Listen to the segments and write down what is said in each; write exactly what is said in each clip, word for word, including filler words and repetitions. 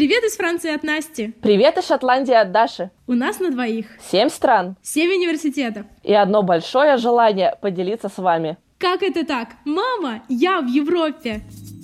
Привет из Франции от Насти. Привет из Шотландии от Даши. У нас на двоих. Семь стран. Семь университетов. И одно большое желание поделиться с вами. Как это так? Мама, я в Европе.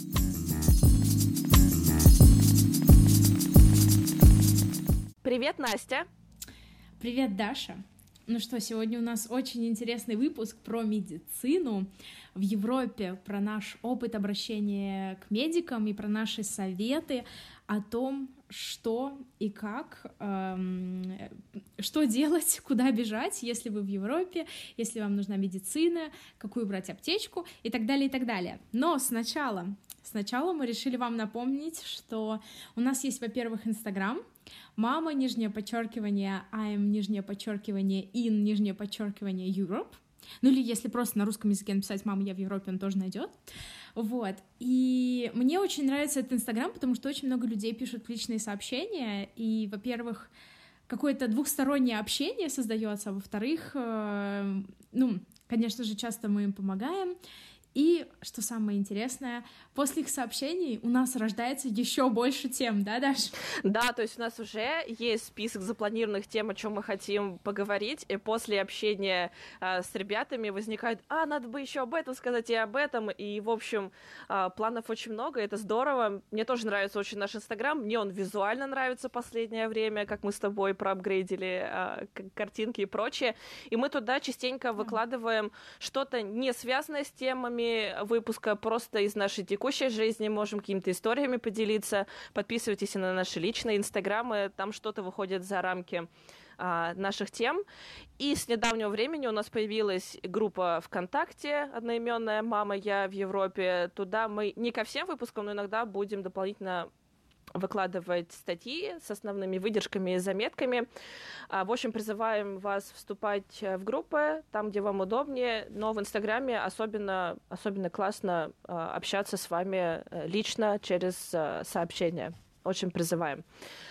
Привет, Настя. Привет, Даша. Ну что, сегодня у нас очень интересный выпуск про медицину в Европе, про наш опыт обращения к медикам и про наши советы о том, что и как, эм, что делать, куда бежать, если вы в Европе, если вам нужна медицина, какую брать аптечку и так далее, и так далее. Но сначала, сначала мы решили вам напомнить, что у нас есть, во-первых, Инстаграм, мама, нижнее подчеркивание, I'm, нижнее подчеркивание, in, нижнее подчеркивание, Europe. Ну или если просто на русском языке написать «мама, я в Европе», он тоже найдет. Вот. И мне очень нравится этот Инстаграм, потому что очень много людей пишут личные сообщения, и, во-первых, какое-то двухстороннее общение создается, а во-вторых, э, ну, конечно же, часто мы им помогаем. И, что самое интересное, после их сообщений у нас рождается еще больше тем, да, Даш? Да, то есть у нас уже есть список запланированных тем, о чем мы хотим поговорить, и после общения э, с ребятами возникает, а, надо бы еще об этом сказать и об этом, и, в общем, э, планов очень много, это здорово. Мне тоже нравится очень наш Инстаграм, мне он визуально нравится в последнее время, как мы с тобой проапгрейдили э, картинки и прочее, и мы туда частенько выкладываем что-то не связанное с темами выпуска, просто из нашей текущей жизни, можем какими-то историями поделиться. Подписывайтесь на наши личные инстаграмы, там что-то выходит за рамки а, наших тем. И с недавнего времени у нас появилась группа ВКонтакте одноименная «Мама, я в Европе». Туда мы не ко всем выпускам, но иногда будем дополнительно выкладывать статьи с основными выдержками и заметками. В общем, призываем вас вступать в группы там, где вам удобнее, но в Инстаграме особенно, особенно классно общаться с вами лично через сообщения. Очень призываем.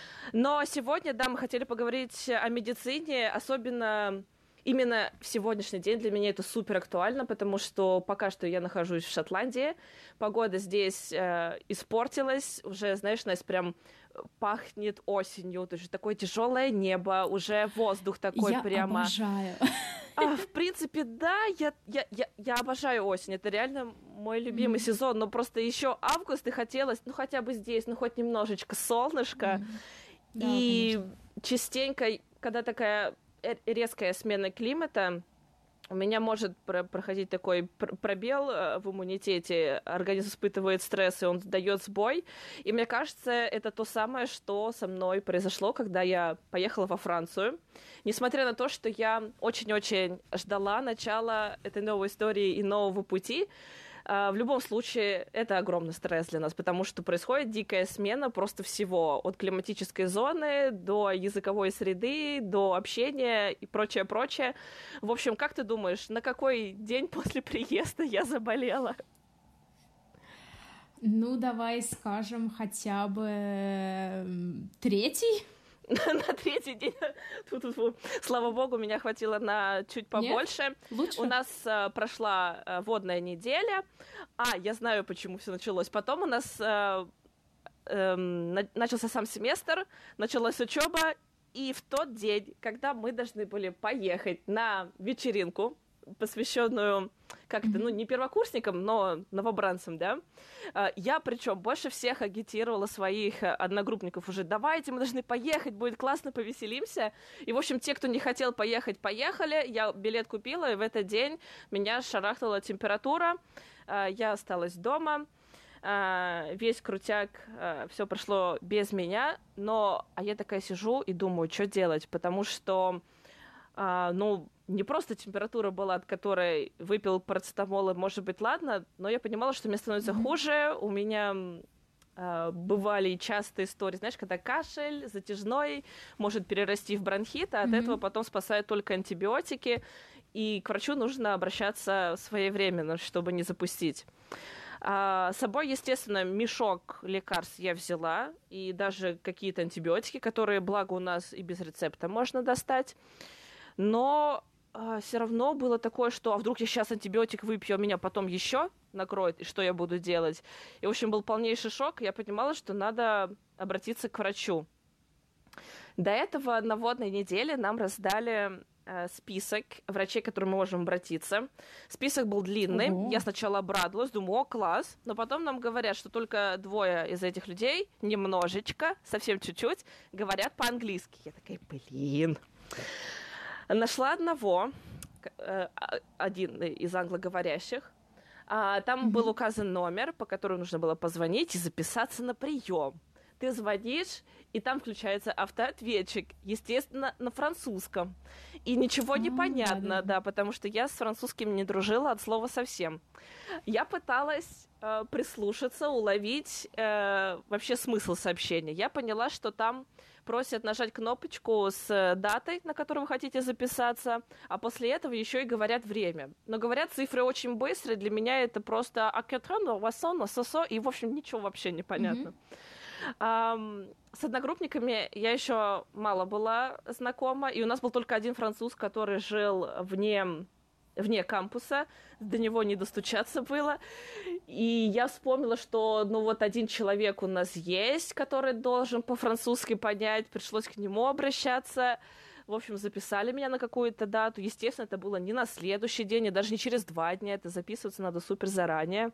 Но сегодня, да, мы хотели поговорить о медицине, особенно именно в сегодняшний день для меня это супер актуально, потому что пока что я нахожусь в Шотландии, погода здесь э, испортилась, уже, знаешь, Настя, прям пахнет осенью, то есть такое тяжелое небо, уже воздух такой я прямо... Я обожаю. А, в принципе, да, я, я, я, я обожаю осень, это реально мой любимый mm-hmm. сезон, но просто еще август и хотелось, ну хотя бы здесь, ну хоть немножечко солнышко, mm-hmm. и да, частенько, когда такая резкая смена климата, у меня может проходить такой пробел в иммунитете, организм испытывает стресс, и он дает сбой. И мне кажется, это то самое, что со мной произошло, когда я поехала во Францию. Несмотря на то, что я очень-очень ждала начала этой новой истории и нового пути, в любом случае, это огромный стресс для нас, потому что происходит дикая смена просто всего, от климатической зоны до языковой среды, до общения и прочее-прочее. В общем, как ты думаешь, на какой день после приезда я заболела? Ну, давай скажем, хотя бы третий? На третий день, Ту-ту-ту. Слава богу, меня хватило на чуть побольше. Нет? Лучше? У нас uh, прошла uh, водная неделя. А, я знаю, почему все началось. Потом у нас uh, uh, на- начался сам семестр, началась учеба, и в тот день, когда мы должны были поехать на вечеринку, посвященную как-то, mm-hmm. ну, не первокурсникам, но новобранцам, да, я, причем, больше всех агитировала своих одногруппников уже, давайте, мы должны поехать, будет классно, повеселимся, и, в общем, те, кто не хотел поехать, поехали, я билет купила, и в этот день меня шарахнула температура, я осталась дома, весь крутяк, все прошло без меня, но, а я такая сижу и думаю, что делать, потому что, ну, не просто температура была, от которой выпил парацетамол, может быть, ладно, но я понимала, что мне становится mm-hmm. хуже, у меня э, бывали частые истории, знаешь, когда кашель затяжной может перерасти в бронхит, а от mm-hmm. этого потом спасают только антибиотики, и к врачу нужно обращаться своевременно, чтобы не запустить. А, с собой, естественно, мешок лекарств я взяла, и даже какие-то антибиотики, которые, благо, у нас и без рецепта можно достать, но... все равно было такое, что а вдруг я сейчас антибиотик выпью, а меня потом еще накроет, и что я буду делать. И, в общем, был полнейший шок. Я понимала, что надо обратиться к врачу. До этого на вводной неделе нам раздали э, список врачей, к которым мы можем обратиться. Список был длинный. Ого. Я сначала обрадовалась, думаю, о, класс. Но потом нам говорят, что только двое из этих людей, немножечко, совсем чуть-чуть, говорят по-английски. Я такая, блин. Нашла одного, э, один из англоговорящих. А, там mm-hmm. был указан номер, по которому нужно было позвонить и записаться на прием. Ты звонишь, и там включается автоответчик, естественно, на французском. И ничего не понятно, да, потому что я с французским не дружила от слова совсем. Я пыталась э, прислушаться, уловить э, вообще смысл сообщения. Я поняла, что там просят нажать кнопочку с датой, на которую вы хотите записаться, а после этого еще и говорят время. Но говорят цифры очень быстро, для меня это просто «акетрон», «васон», «сосо», и, в общем, ничего вообще не понятно. Mm-hmm. Um, с одногруппниками я еще мало была знакома, и у нас был только один француз, который жил вне, вне кампуса, до него не достучаться было, и я вспомнила, что ну вот один человек у нас есть, который должен по-французски понять, пришлось к нему обращаться. В общем, записали меня на какую-то дату, естественно, это было не на следующий день, и даже не через два дня, это записываться надо супер заранее.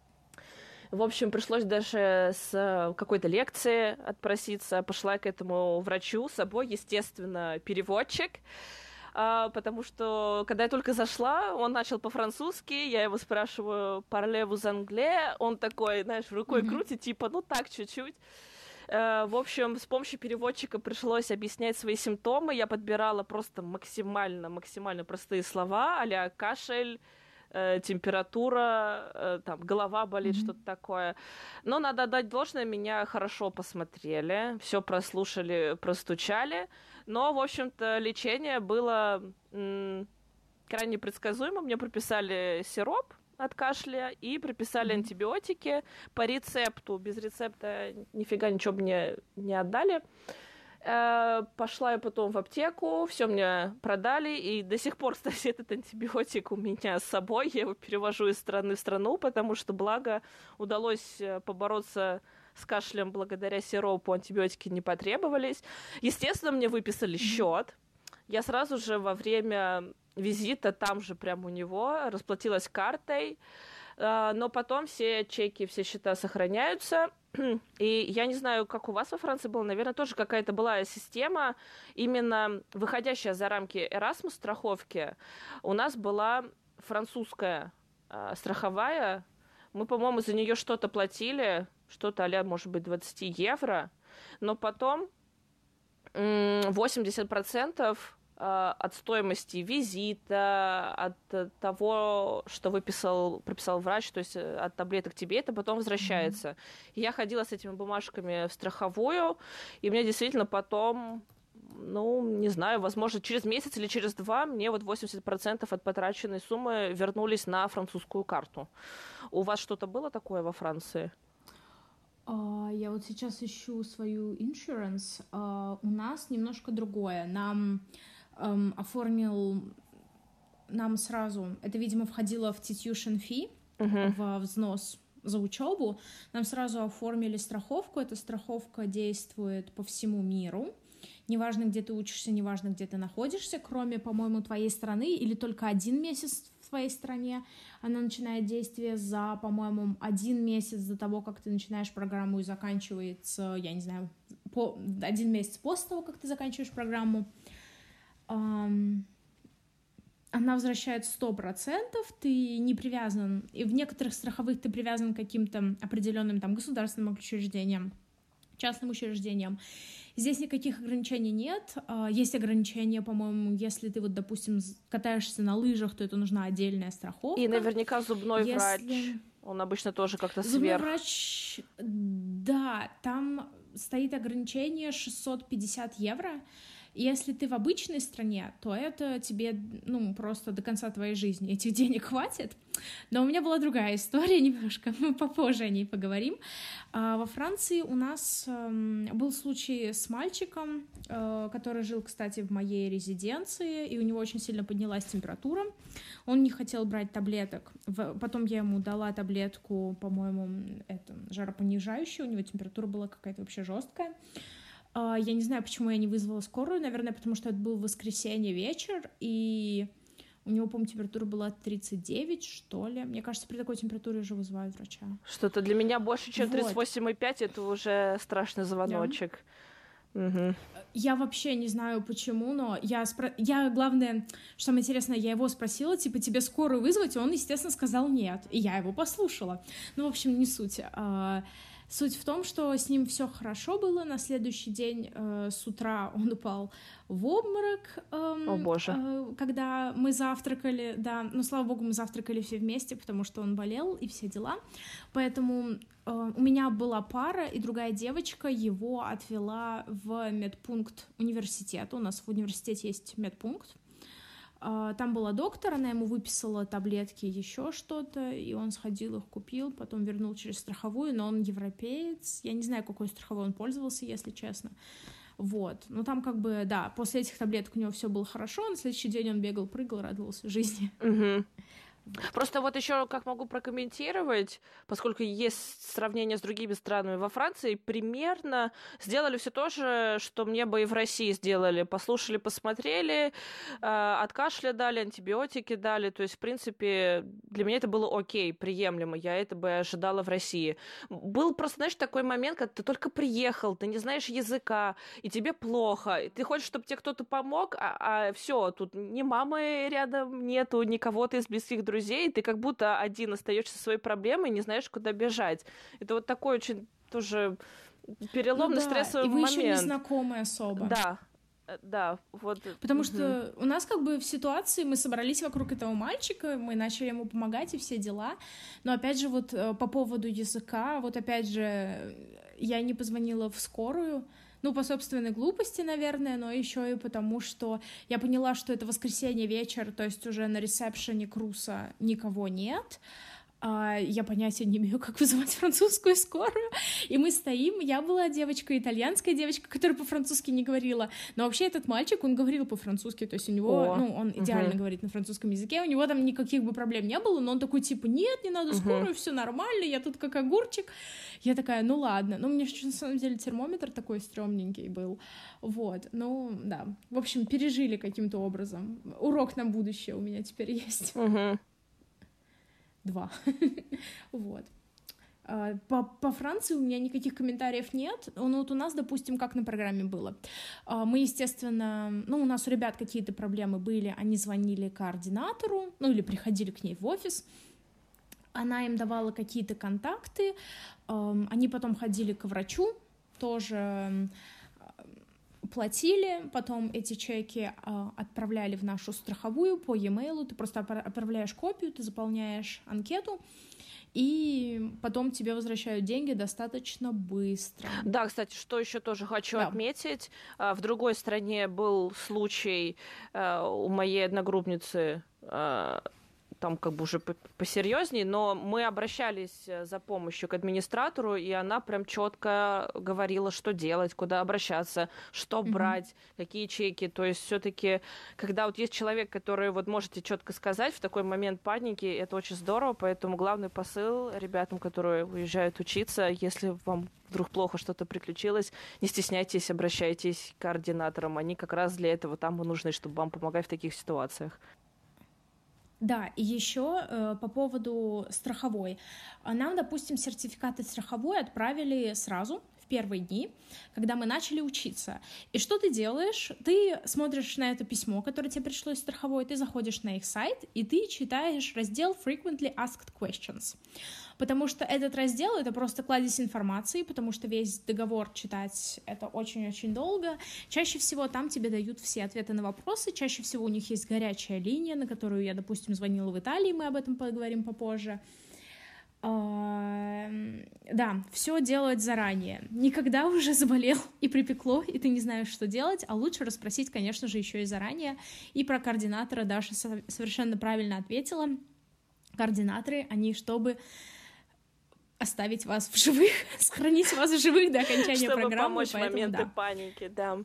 В общем, пришлось даже с какой-то лекции отпроситься. Пошла к этому врачу с собой, естественно, переводчик. Потому что, когда я только зашла, он начал по-французски, я его спрашиваю «Parlez-vous anglais?» Он такой, знаешь, рукой mm-hmm. крутит, типа, ну так, чуть-чуть. В общем, с помощью переводчика пришлось объяснять свои симптомы. Я подбирала просто максимально, максимально простые слова, а-ля кашель, температура, там, голова болит, mm-hmm. что-то такое. Но надо отдать должное, меня хорошо посмотрели, все прослушали, простучали. Но, в общем-то, лечение было м- крайне предсказуемо. Мне прописали сироп от кашля и прописали mm-hmm. антибиотики по рецепту. Без рецепта нифига ничего мне не отдали. Пошла я потом в аптеку, все мне продали, и до сих пор, кстати, этот антибиотик у меня с собой, я его перевожу из страны в страну, потому что, благо, удалось побороться с кашлем благодаря сиропу, антибиотики не потребовались. Естественно, мне выписали счет. Я сразу же во время визита там же прямо у него расплатилась картой, но потом все чеки, все счета сохраняются. И я не знаю, как у вас во Франции было, наверное, тоже какая-то была система, именно выходящая за рамки Erasmus страховки. У нас была французская э, страховая. Мы, по-моему, за нее что-то платили, что-то а-ля, может быть, двадцать евро. Но потом м- восемьдесят процентов от стоимости визита, от того, что выписал, прописал врач, то есть от таблеток тебе, это потом возвращается. Mm-hmm. И я ходила с этими бумажками в страховую, и мне действительно потом, ну, не знаю, возможно, через месяц или через два мне вот восемьдесят процентов от потраченной суммы вернулись на французскую карту. У вас что-то было такое во Франции? Uh, я вот сейчас ищу свою insurance. Uh, у нас немножко другое. Нам Um, оформил нам сразу, это, видимо, входило в tuition fee, uh-huh. в взнос за учебу, нам сразу оформили страховку. Эта страховка действует по всему миру. Неважно, где ты учишься, неважно, где ты находишься, кроме, по-моему, твоей страны, или только один месяц в твоей стране. Она начинает действие за, по-моему, один месяц до того, как ты начинаешь программу, и заканчивается, я не знаю, по, один месяц после того, как ты заканчиваешь программу. Um, она возвращает сто процентов, ты не привязан, и в некоторых страховых ты привязан к каким-то определенным там государственным учреждениям, частным учреждениям. Здесь никаких ограничений нет. Uh, есть ограничения, по-моему, если ты вот, допустим, катаешься на лыжах, то это нужна отдельная страховка. И наверняка зубной если... врач, он обычно тоже как-то зубной сверх. Зубной врач, да, там стоит ограничение шестьсот пятьдесят евро. Если ты в обычной стране, то это тебе, ну, просто до конца твоей жизни этих денег хватит. Но у меня была другая история немножко, мы попозже о ней поговорим. А во Франции у нас э, был случай с мальчиком, э, который жил, кстати, в моей резиденции, и у него очень сильно поднялась температура. Он не хотел брать таблеток. Потом я ему дала таблетку, по-моему, это, жаропонижающую, у него температура была какая-то вообще жесткая. Я не знаю, почему я не вызвала скорую, наверное, потому что это был воскресенье вечер, и у него, по-моему, температура была тридцать девять, что ли. Мне кажется, при такой температуре уже вызывают врача. Что-то для меня больше, чем тридцать восемь и пять, вот. Это уже страшный звоночек. Да. Угу. Я вообще не знаю, почему, но я, спро... я, главное, что самое интересное, я его спросила, типа, тебе скорую вызвать? И он, естественно, сказал нет, и я его послушала. Ну, в общем, не суть. Суть в том, что с ним все хорошо было. На следующий день э, с утра он упал в обморок, э, О, боже. Э, когда мы завтракали. Да, ну, слава богу, мы завтракали все вместе, потому что он болел и все дела. Поэтому э, у меня была пара, и другая девочка его отвела в медпункт университета. У нас в университете есть медпункт. Там была доктор, она ему выписала таблетки, еще что-то, и он сходил их, купил, потом вернул через страховую, но он европеец, я не знаю, какой страховой он пользовался, если честно. Вот, ну там как бы, да, после этих таблеток у него все было хорошо, на следующий день он бегал, прыгал, радовался жизни. Угу. Просто вот еще как могу прокомментировать, поскольку есть сравнение с другими странами, во Франции примерно сделали все то же, что мне бы и в России сделали. Послушали, посмотрели, от кашля дали, антибиотики дали. То есть, в принципе, для меня это было окей, приемлемо. Я это бы ожидала в России. Был просто, знаешь, такой момент, когда ты только приехал, ты не знаешь языка, и тебе плохо. И ты хочешь, чтобы тебе кто-то помог, а, а все, тут ни мамы рядом нету, ни кого-то из близких друзей. Друзей, ты как будто один остаешься со своей проблемой и не знаешь, куда бежать. Это вот такой очень тоже переломный, ну, да, стрессовый момент. И вы еще не знакомы особо. Да, да, вот. Потому угу. что у нас как бы в ситуации мы собрались вокруг этого мальчика, мы начали ему помогать и все дела. Но опять же вот по поводу языка, вот опять же я не позвонила в скорую. Ну, по собственной глупости, наверное, но еще и потому, что я поняла, что это воскресенье вечер, то есть уже на ресепшене Круса никого нет. Я понятия не имею, как вызывать французскую скорую. И мы стоим, я была девочка, итальянская девочка, которая по-французски не говорила. Но вообще этот мальчик, он говорил по-французски, то есть у него, О, ну, он идеально угу. говорит на французском языке, у него там никаких бы проблем не было, но он такой, типа, нет, не надо скорую, угу. все нормально, я тут как огурчик. Я такая, ну ладно. Ну, у меня же, на самом деле, термометр такой стрёмненький был. Вот, ну, да. В общем, пережили каким-то образом. Урок на будущее у меня теперь есть. Угу. Два. Вот. По, по Франции у меня никаких комментариев нет. Ну, вот у нас, допустим, как на программе было. Мы, естественно, ну, у нас у ребят какие-то проблемы были, они звонили координатору, ну, или приходили к ней в офис. Она им давала какие-то контакты, они потом ходили к врачу, тоже платили, потом эти чеки а, отправляли в нашу страховую по e-mail, ты просто отправляешь копию, ты заполняешь анкету, и потом тебе возвращают деньги достаточно быстро. Да, кстати, что еще тоже хочу да. отметить, в другой стране был случай у моей одногруппницы, там как бы уже посерьезнее, но мы обращались за помощью к администратору, и она прям четко говорила, что делать, куда обращаться, что mm-hmm. брать, какие чеки. То есть все-таки, когда вот есть человек, который вот можете четко сказать в такой момент паники, это очень здорово, поэтому главный посыл ребятам, которые уезжают учиться, если вам вдруг плохо что-то приключилось, не стесняйтесь, обращайтесь к координаторам. Они как раз для этого там и нужны, чтобы вам помогать в таких ситуациях. Да, и еще э, по поводу страховой. Нам, допустим, сертификаты страховой отправили сразу, в первые дни, когда мы начали учиться. И что ты делаешь? Ты смотришь на это письмо, которое тебе пришло из страховой, ты заходишь на их сайт, и ты читаешь раздел Frequently Asked Questions. Потому что этот раздел — это просто кладезь информации, потому что весь договор читать — это очень-очень долго. Чаще всего там тебе дают все ответы на вопросы, чаще всего у них есть горячая линия, на которую я, допустим, звонила в Италии, мы об этом поговорим попозже. Да, все делать заранее. Никогда уже заболел и припекло, и ты не знаешь, что делать, а лучше расспросить, конечно же, еще и заранее. И про координатора Даша совершенно правильно ответила. Координаторы, они чтобы оставить вас в живых, сохранить вас в живых до окончания чтобы программы. Чтобы помочь в моменты да. паники, да.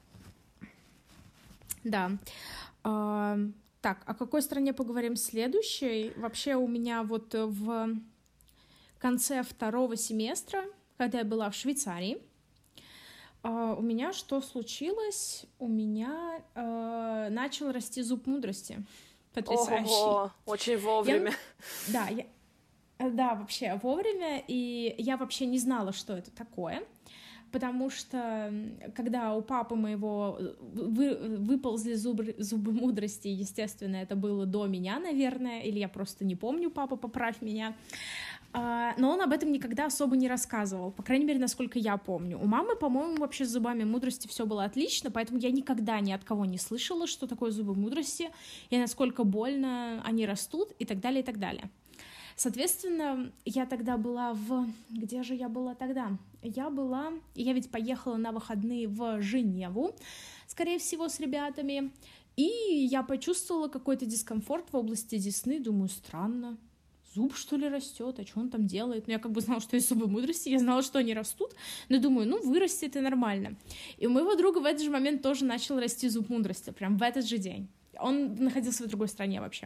Да. А, так, о какой стране поговорим следующей? Вообще у меня вот в конце второго семестра, когда я была в Швейцарии, Uh, у меня что случилось? У меня uh, начал расти зуб мудрости. Потрясающий. Ого, очень вовремя. Я, да, я, да, вообще вовремя, и я вообще не знала, что это такое, потому что когда у папы моего вы, выползли зубы, зубы мудрости, естественно, это было до меня, наверное, или я просто не помню, папа, поправь меня. Но он об этом никогда особо не рассказывал, по крайней мере, насколько я помню. У мамы, по-моему, вообще с зубами мудрости все было отлично, поэтому я никогда ни от кого не слышала, что такое зубы мудрости, и насколько больно они растут, и так далее, и так далее. Соответственно, я тогда была в... Где же я была тогда? Я была... Я ведь поехала на выходные в Женеву, скорее всего, с ребятами, и я почувствовала какой-то дискомфорт в области десны, думаю, странно. Зуб, что ли, растет, а что он там делает? Ну, я как бы знала, что есть зубы мудрости, я знала, что они растут, но думаю, ну, вырастет и нормально. И у моего друга в этот же момент тоже начал расти зуб мудрости, прям в этот же день. Он находился в другой стране вообще.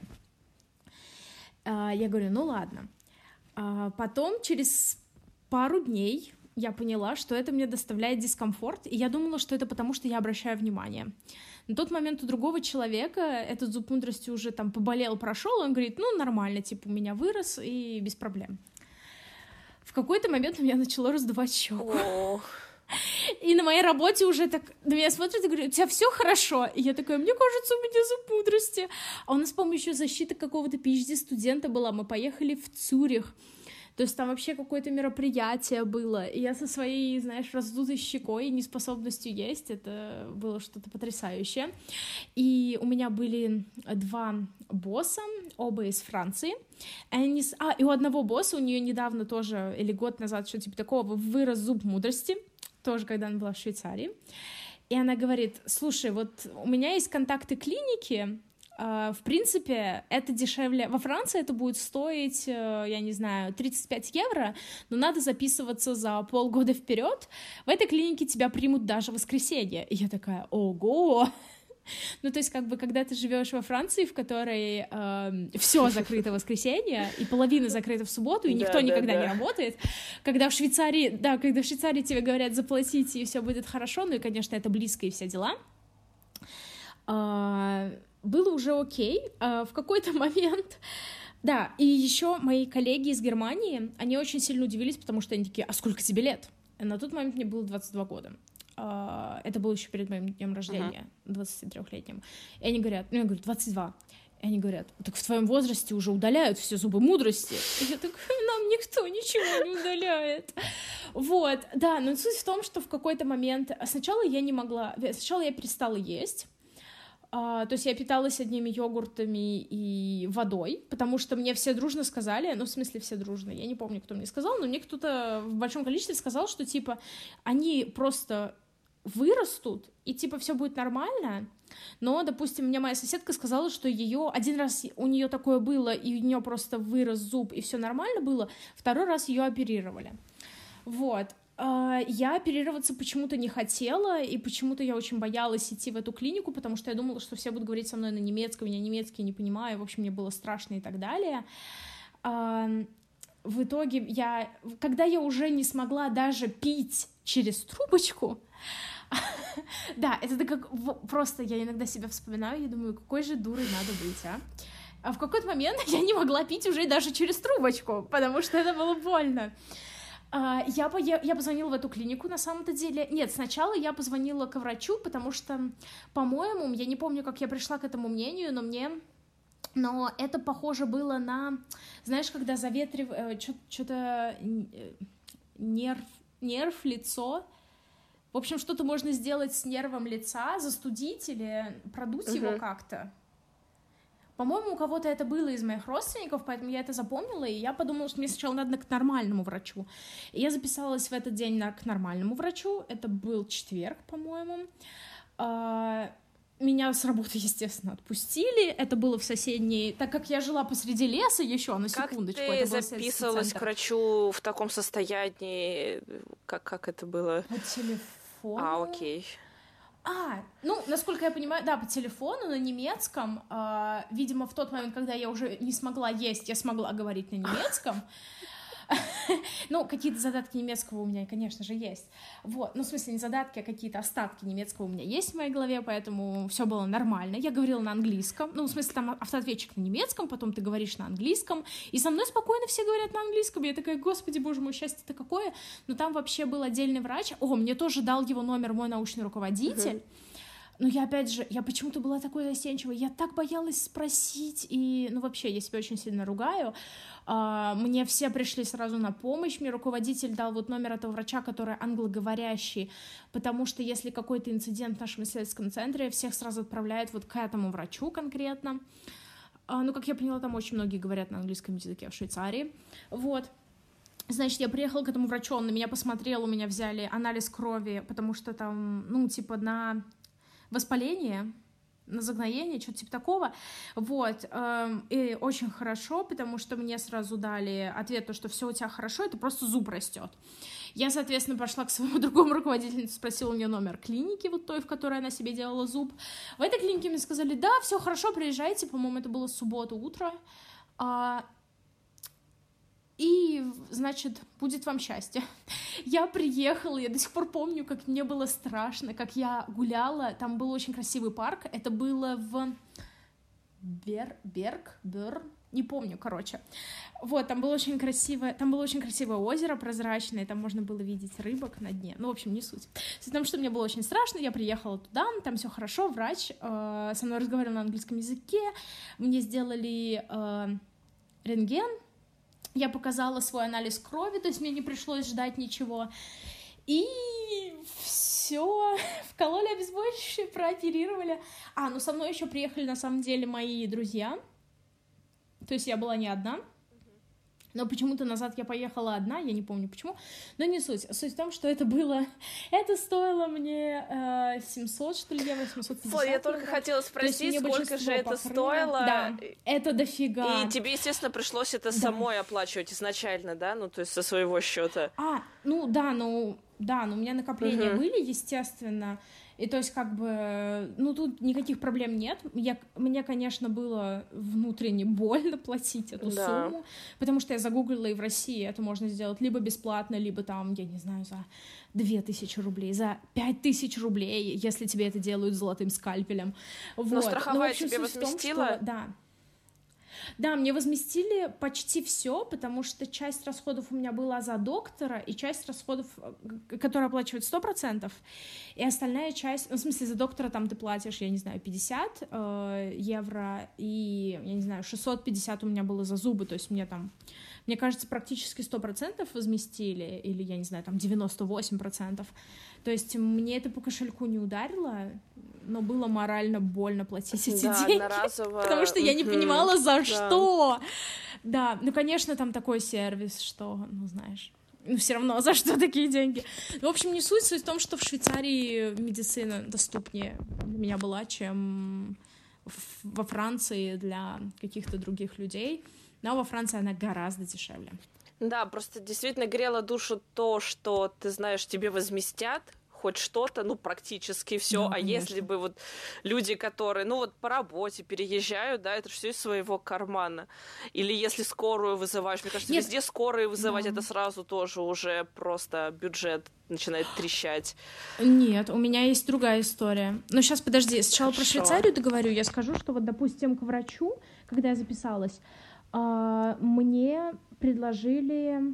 Я говорю, ну, ладно. Потом, через пару дней, я поняла, что это мне доставляет дискомфорт, и я думала, что это потому, что я обращаю внимание. На тот момент у другого человека этот зуб мудрости уже там поболел, прошел, он говорит, ну, нормально, типа, у меня вырос, и без проблем. В какой-то момент у меня начало раздувать щеку. Oh. И на моей работе уже так на меня смотрят и говорят, у тебя все хорошо? И я такая, мне кажется, у меня зуб мудрости. А у нас, по-моему, еще защита какого-то пи эйч ди-студента была, мы поехали в Цюрих. То есть там вообще какое-то мероприятие было, и я со своей, знаешь, раздутой щекой и неспособностью есть, это было что-то потрясающее. И у меня были два босса, оба из Франции. Они... А, и у одного босса, у нее недавно тоже, или год назад, что-то типа такого, вырос зуб мудрости, тоже когда она была в Швейцарии. И она говорит, слушай, вот у меня есть контакты клиники, в принципе, это дешевле. Во Франции это будет стоить, я не знаю, тридцать пять евро, но надо записываться за полгода вперед. В этой клинике тебя примут даже в воскресенье. И я такая, ого! Ну, то есть, как бы, когда ты живешь во Франции, в которой э, все закрыто в воскресенье, и половина закрыта в субботу, и никто да, никогда да, да. не работает, когда в Швейцарии, да, когда в Швейцарии тебе говорят заплатите, и все будет хорошо, ну и, конечно, это близко и все дела, э, было уже окей. Э, в какой-то момент... Да, и еще мои коллеги из Германии, они очень сильно удивились, потому что они такие, а сколько тебе лет? На тот момент мне было двадцать два года. Это было еще перед моим днем рождения, uh-huh. двадцатитрёхлетним. И они говорят, ну я говорю, двадцать два. И они говорят, так в твоем возрасте уже удаляют все зубы мудрости. И я такая, нам никто ничего не удаляет. Вот, да, но суть в том, что в какой-то момент... Сначала я не могла... Сначала я перестала есть. Uh, то есть я питалась одними йогуртами и водой, потому что мне все дружно сказали, ну, в смысле, все дружно, я не помню, кто мне сказал, но мне кто-то в большом количестве сказал, что, типа, они просто вырастут, и, типа, все будет нормально, но, допустим, мне моя соседка сказала, что ее один раз у нее такое было, и у нее просто вырос зуб, и все нормально было, второй раз ее оперировали. Вот. Я оперироваться почему-то не хотела, и почему-то я очень боялась идти в эту клинику, потому что я думала, что все будут говорить со мной на немецком, я немецкий не понимаю, в общем, мне было страшно и так далее. В итоге, я, когда я уже не смогла даже пить через трубочку, да, это как просто я иногда себя вспоминаю и думаю, какой же дурой надо быть, а? А в какой-то момент я не могла пить уже даже через трубочку, потому что это было больно. Uh, я, по- я позвонила в эту клинику, на самом-то деле. Нет, сначала я позвонила к врачу, потому что, по-моему, я не помню, как я пришла к этому мнению, но мне... Но это похоже было на... Знаешь, когда заветривает... Что-то... Нерв... Нерв, лицо... В общем, что-то можно сделать с нервом лица, застудить или продуть uh-huh. его как-то. По-моему, у кого-то это было из моих родственников, поэтому я это запомнила, и я подумала, что мне сначала надо к нормальному врачу. И я записалась в этот день на, к нормальному врачу, это был четверг, по-моему. Меня с работы, естественно, отпустили. Это было в соседней... Так как я жила посреди леса еще, на секундочку. Как ты это записывалась к врачу в таком состоянии? Как, как это было? По телефону. А, окей. А, ну, насколько я понимаю, да, по телефону, на немецком. А, видимо, в тот момент, когда я уже не смогла есть, я смогла говорить на немецком. Ну, какие-то задатки немецкого у меня, конечно же, есть. Вот, ну, в смысле, не задатки, а какие-то остатки немецкого у меня есть в моей голове, поэтому все было нормально. Я говорила на английском, ну, в смысле, там автоответчик на немецком, потом ты говоришь на английском, и со мной спокойно все говорят на английском. Я такая, господи, боже мой, счастье-то какое. Но там вообще был отдельный врач. О, мне тоже дал его номер мой научный руководитель. Но я, опять же, я почему-то была такой застенчивой, я так боялась спросить, и, ну, вообще, я себя очень сильно ругаю. Uh, мне все пришли сразу на помощь, мне руководитель дал вот номер этого врача, который англоговорящий, потому что если какой-то инцидент в нашем исследовательском центре, всех сразу отправляют вот к этому врачу конкретно. Uh, ну, как я поняла, там очень многие говорят на английском языке в Швейцарии. Вот. Значит, я приехала к этому врачу, он на меня посмотрел, у меня взяли анализ крови, потому что там, ну, типа на воспаление, на загноение, что-то типа такого, вот, и очень хорошо, потому что мне сразу дали ответ, то, что все у тебя хорошо, это просто зуб растет. Я, соответственно, пошла к своему другому руководителю, спросила у нее номер клиники, вот той, в которой она себе делала зуб. В этой клинике мне сказали, да, все хорошо, приезжайте, по-моему, это было суббота утро, и, значит, будет вам счастье. Я приехала, я до сих пор помню, как мне было страшно, как я гуляла, там был очень красивый парк, это было в Бер... Берг, Бер... не помню, короче. Вот, там было очень красивое, там было очень красивое озеро прозрачное, там можно было видеть рыбок на дне, ну, в общем, не суть. Суть в том, что мне было очень страшно, я приехала туда, там все хорошо, врач э, со мной разговаривал на английском языке, мне сделали э, рентген, я показала свой анализ крови, то есть мне не пришлось ждать ничего. И все, вкололи обезболивающее, прооперировали. А, ну со мной еще приехали на самом деле мои друзья. То есть я была не одна. Но почему-то назад я поехала одна, я не помню почему, но не суть. Суть в том, что это было... Это стоило мне э, семьсот, что ли, евро, семьсот пятьдесят. Ой, я только евро. Хотела спросить, сколько же это покрыло. Стоило. Да, это дофига. И тебе, естественно, пришлось это да. самой оплачивать изначально, да? Ну, то есть со своего счета. А, ну да, ну... Да, но у меня накопления uh-huh. были, естественно, и то есть как бы, ну тут никаких проблем нет, я, мне, конечно, было внутренне больно платить эту да. сумму, потому что я загуглила, и в России это можно сделать либо бесплатно, либо там, я не знаю, за две тысячи рублей, за пять тысяч рублей, если тебе это делают золотым скальпелем. Вот. Но страховая ну, тебе возместила? Том, что, да. Да, мне возместили почти все, потому что часть расходов у меня была за доктора, и часть расходов, которые оплачивают сто процентов, и остальная часть, ну, в смысле, за доктора там ты платишь, я не знаю, пятьдесят э, евро, и, я не знаю, шестьсот пятьдесят у меня было за зубы, то есть мне там, мне кажется, практически сто процентов возместили, или, я не знаю, там девяносто восемь процентов, то есть мне это по кошельку не ударило, но было морально больно платить эти да, деньги, одноразово. Потому что я не понимала, за да. что. Да, ну, конечно, там такой сервис, что, ну, знаешь, ну, все равно за что такие деньги. Ну, в общем, не суть, суть в том, что в Швейцарии медицина доступнее для меня была, чем во Франции для каких-то других людей, но во Франции она гораздо дешевле. Да, просто действительно грело душу то, что, ты знаешь, тебе возместят, хоть что-то, ну, практически все. Да, а конечно. Если бы вот люди, которые, ну, вот по работе переезжают, да, это все из своего кармана. Или если скорую вызываешь, мне кажется, Нет. везде скорые вызывать, да. это сразу тоже уже просто бюджет начинает трещать. Нет, у меня есть другая история. Но сейчас, подожди, сначала Хорошо. Про Швейцарию договорю. Я скажу, что вот, допустим, к врачу, когда я записалась, мне предложили...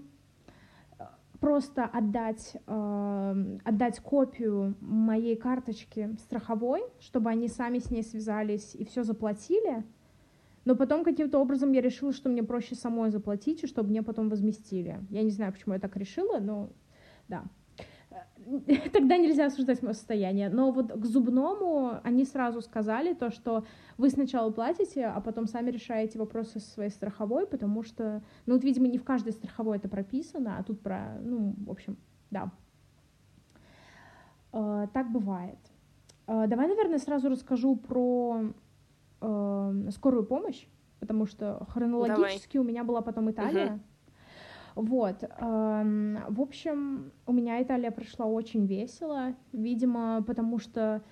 просто отдать, э, отдать копию моей карточки страховой, чтобы они сами с ней связались и все заплатили, но потом каким-то образом я решила, что мне проще самой заплатить, и чтобы мне потом возместили. Я не знаю, почему я так решила, но да. тогда нельзя осуждать мое состояние. Но вот к зубному они сразу сказали то, что вы сначала платите, а потом сами решаете вопросы со своей страховой, потому что, ну вот, видимо, не в каждой страховой это прописано, а тут про, ну, в общем, да. Э, так бывает. Э, давай, наверное, сразу расскажу про э, скорую помощь, потому что хронологически Давай. У меня была потом Италия. Угу. Вот. Э, в общем, у меня Италия прошла очень весело, видимо, потому что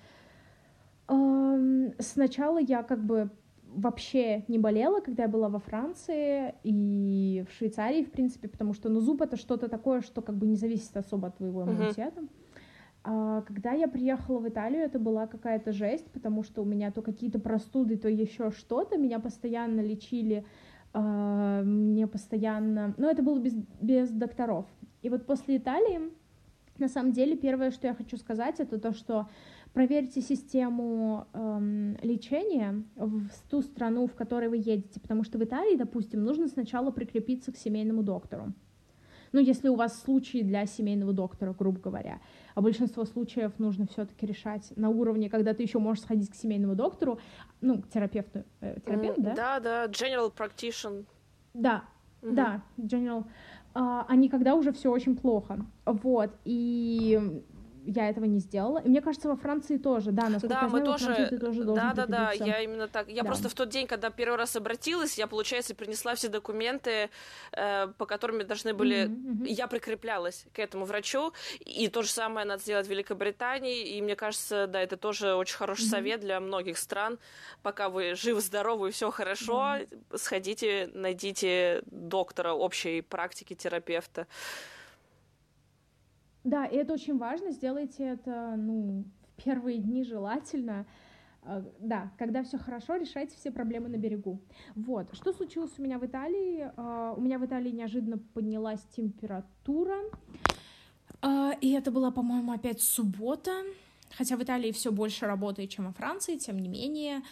э, сначала я как бы вообще не болела, когда я была во Франции и в Швейцарии, в принципе, потому что, ну, зуб — это что-то такое, что как бы не зависит особо от твоего иммунитета. Uh-huh. А когда я приехала в Италию, это была какая-то жесть, потому что у меня то какие-то простуды, то еще что-то, меня постоянно лечили, э, мне постоянно... Ну, это было без, без докторов. И вот после Италии, на самом деле, первое, что я хочу сказать, это то, что проверьте систему эм, лечения в ту страну, в которой вы едете, потому что в Италии, допустим, нужно сначала прикрепиться к семейному доктору. Ну, если у вас случаи для семейного доктора, грубо говоря. А большинство случаев нужно все-таки решать на уровне, когда ты еще можешь сходить к семейному доктору, ну, к терапевту. Э, терапевт, mm, да? Да, да, general practitioner. Да, mm-hmm. да, general. А, а не когда уже все очень плохо. Вот, и... я этого не сделала. И мне кажется, во Франции тоже, да, насколько да, я знаю, мы во тоже... Франции ты тоже должен Да, да, да, прикрепиться. я именно так. Я да. просто в тот день, когда первый раз обратилась, я, получается, принесла все документы, э, по которым должны были... Mm-hmm, mm-hmm. Я прикреплялась к этому врачу, и то же самое надо сделать в Великобритании, и мне кажется, да, это тоже очень хороший mm-hmm. совет для многих стран. Пока вы живы-здоровы и все хорошо, mm-hmm. сходите, найдите доктора общей практики, терапевта. Да, и это очень важно, сделайте это, ну, в первые дни желательно. Да, когда все хорошо, решайте все проблемы на берегу. Вот, что случилось у меня в Италии? У меня в Италии неожиданно поднялась температура, и это была, по-моему, опять суббота, хотя в Италии все больше работает, чем во Франции, тем не менее...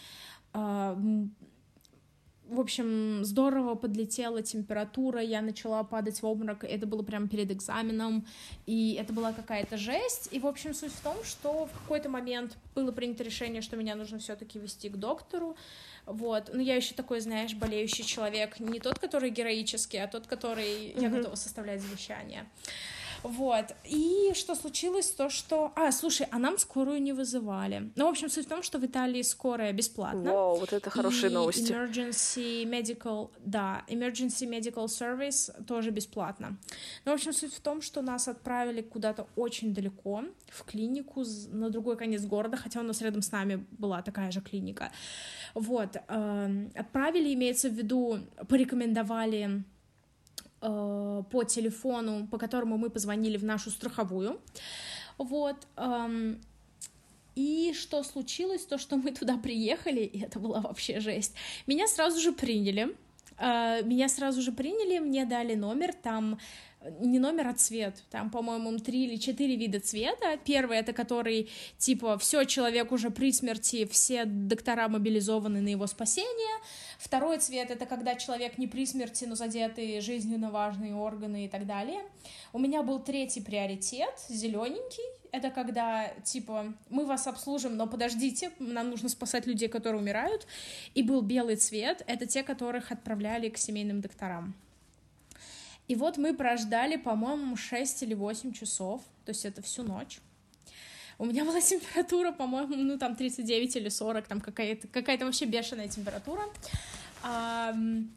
В общем, здорово подлетела температура, я начала падать в обморок, это было прямо перед экзаменом, и это была какая-то жесть. И, в общем, суть в том, что в какой-то момент было принято решение, что меня нужно все-таки везти к доктору. Вот. Но я еще такой, знаешь, болеющий человек, не тот, который героический, а тот, который mm-hmm. я готова составлять завещание. Вот, и что случилось, то, что... А, слушай, а нам скорую не вызывали. Ну, в общем, суть в том, что в Италии скорая бесплатна. Вау, вот это хорошие и новости. emergency medical, да, emergency medical service тоже бесплатно. Ну, в общем, суть в том, что нас отправили куда-то очень далеко, в клинику на другой конец города, хотя у нас рядом с нами была такая же клиника. Вот, э, отправили, имеется в виду, порекомендовали... по телефону, по которому мы позвонили в нашу страховую. Вот. И что случилось? То, что мы туда приехали, и это была вообще жесть. Меня сразу же приняли. Меня сразу же приняли, мне дали номер, там не номер, а цвет. Там, по-моему, три или четыре вида цвета. Первый — это который, типа, все, человек уже при смерти, все доктора мобилизованы на его спасение. Второй цвет — это когда человек не при смерти, но задеты жизненно важные органы и так далее. У меня был третий приоритет, зелененький. Это когда, типа, мы вас обслужим, но подождите, нам нужно спасать людей, которые умирают. И был белый цвет, это те, которых отправляли к семейным докторам. И вот мы прождали, по-моему, шесть или восемь часов, то есть это всю ночь. У меня была температура, по-моему, ну там тридцать девять или сорок, там какая-то, какая-то вообще бешеная температура. А,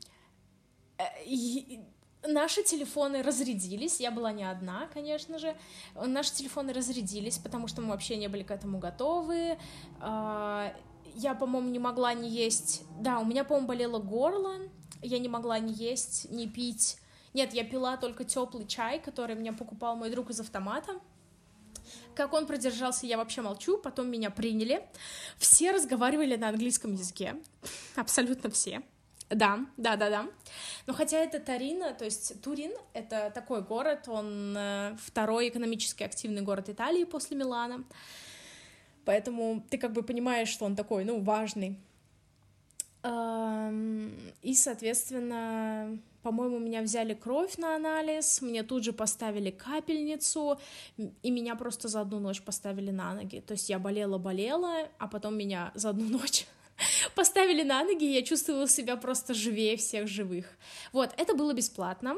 и, наши телефоны разрядились, я была не одна, конечно же. Наши телефоны разрядились, потому что мы вообще не были к этому готовы. А, я, по-моему, не могла не есть... Да, у меня, по-моему, болело горло, я не могла ни есть, ни пить... Нет, я пила только теплый чай, который мне покупал мой друг из автомата. Как он продержался, я вообще молчу. Потом меня приняли. Все разговаривали на английском языке. Абсолютно все. Да, да, да, да. Но хотя это Торино, то есть Турин, это такой город, он второй экономически активный город Италии после Милана. Поэтому ты как бы понимаешь, что он такой, ну, важный. И, соответственно, по-моему, меня взяли кровь на анализ, мне тут же поставили капельницу, и меня просто за одну ночь поставили на ноги. То есть я болела-болела, а потом меня за одну ночь поставили на ноги, и я чувствовала себя просто живее всех живых. Вот, это было бесплатно,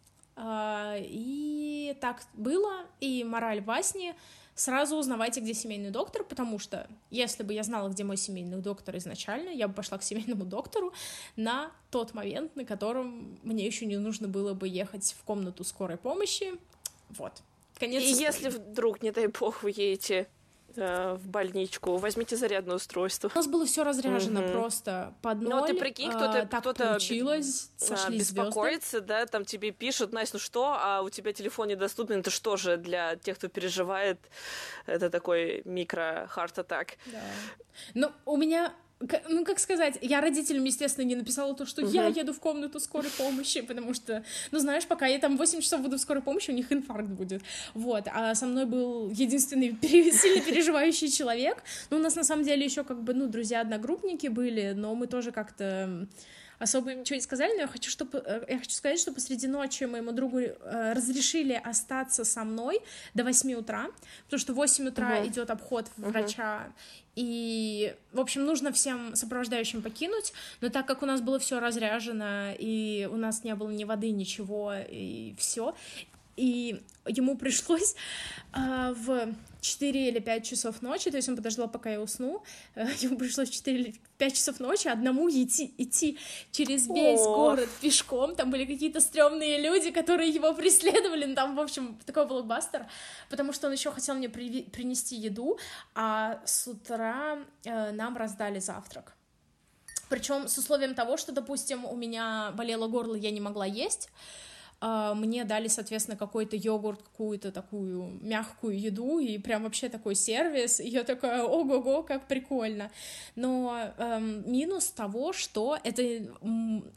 и так было, и мораль басни: сразу узнавайте, где семейный доктор, потому что если бы я знала, где мой семейный доктор изначально, я бы пошла к семейному доктору на тот момент, на котором мне еще не нужно было бы ехать в комнату скорой помощи. Вот. Конец И истории. если вдруг, не дай бог, вы едете в больничку, возьмите зарядное устройство. У нас было все разряжено угу. просто под ноль. Ну, ты прикинь, кто-то, а, так кто-то получилось, сошлись беспокоится, звезды. Да, там тебе пишут: Настя, ну что, а у тебя телефон недоступен, это что же для тех, кто переживает, это такой микро-харт-атак. Да. Ну, у меня... Ну, как сказать, я родителям, естественно, не написала то, что uh-huh. я еду в комнату скорой помощи, потому что, ну, знаешь, пока я там восемь часов буду в скорой помощи, у них инфаркт будет, вот, а со мной был единственный сильно переживающий человек, ну, у нас, на самом деле, еще как бы, ну, друзья-одногруппники были, но мы тоже как-то... особо им ничего не сказали, но я хочу, чтобы, я хочу сказать, что посреди ночи моему другу э, разрешили остаться со мной до восьми утра, потому что в восемь утра uh-huh. идет обход врача, uh-huh. и, в общем, нужно всем сопровождающим покинуть, но так как у нас было все разряжено, и у нас не было ни воды, ничего, и все, и ему пришлось э, в четыре или пять часов ночи, то есть он подождал, пока я усну, э, ему пришлось в четыре или пять часов ночи одному идти, идти через весь О. город пешком, там были какие-то стрёмные люди, которые его преследовали, ну, там, в общем, такой блокбастер, потому что он еще хотел мне при- принести еду, а с утра э, нам раздали завтрак. Причем с условием того, что, допустим, у меня болело горло, я не могла есть, мне дали, соответственно, какой-то йогурт, какую-то такую мягкую еду, и прям вообще такой сервис, и я такая: ого-го, как прикольно. Но эм, минус того, что это м,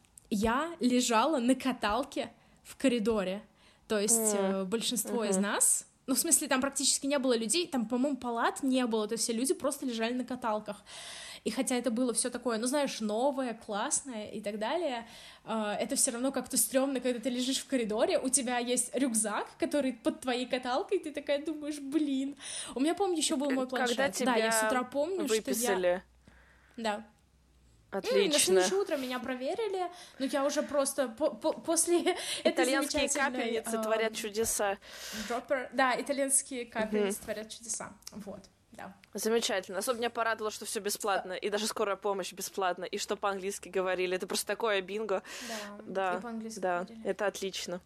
я лежала на каталке в коридоре, то есть э, большинство uh-huh. из нас... Ну, в смысле, там практически не было людей, там, по-моему, палат не было, то есть все люди просто лежали на каталках. И хотя это было все такое, ну, знаешь, новое, классное и так далее, э, это все равно как-то стрёмно, когда ты лежишь в коридоре, у тебя есть рюкзак, который под твоей каталкой, и ты такая думаешь: блин. У меня, помню, еще был мой планшет. Когда тебя да, я с утра помню, выписали. что я... Да. Отлично. И на следующее утро меня проверили, но я уже просто по- по- после этой итальянские замечательной... капельницы э, творят чудеса. Дроппер. Да, итальянские капельницы uh-huh. творят чудеса. Вот, да. Замечательно. Особенно меня порадовало, что все бесплатно, и даже скорая помощь бесплатна, и что по-английски говорили. Это просто такое бинго. Да, да, и по-английски да, говорили. Это отлично.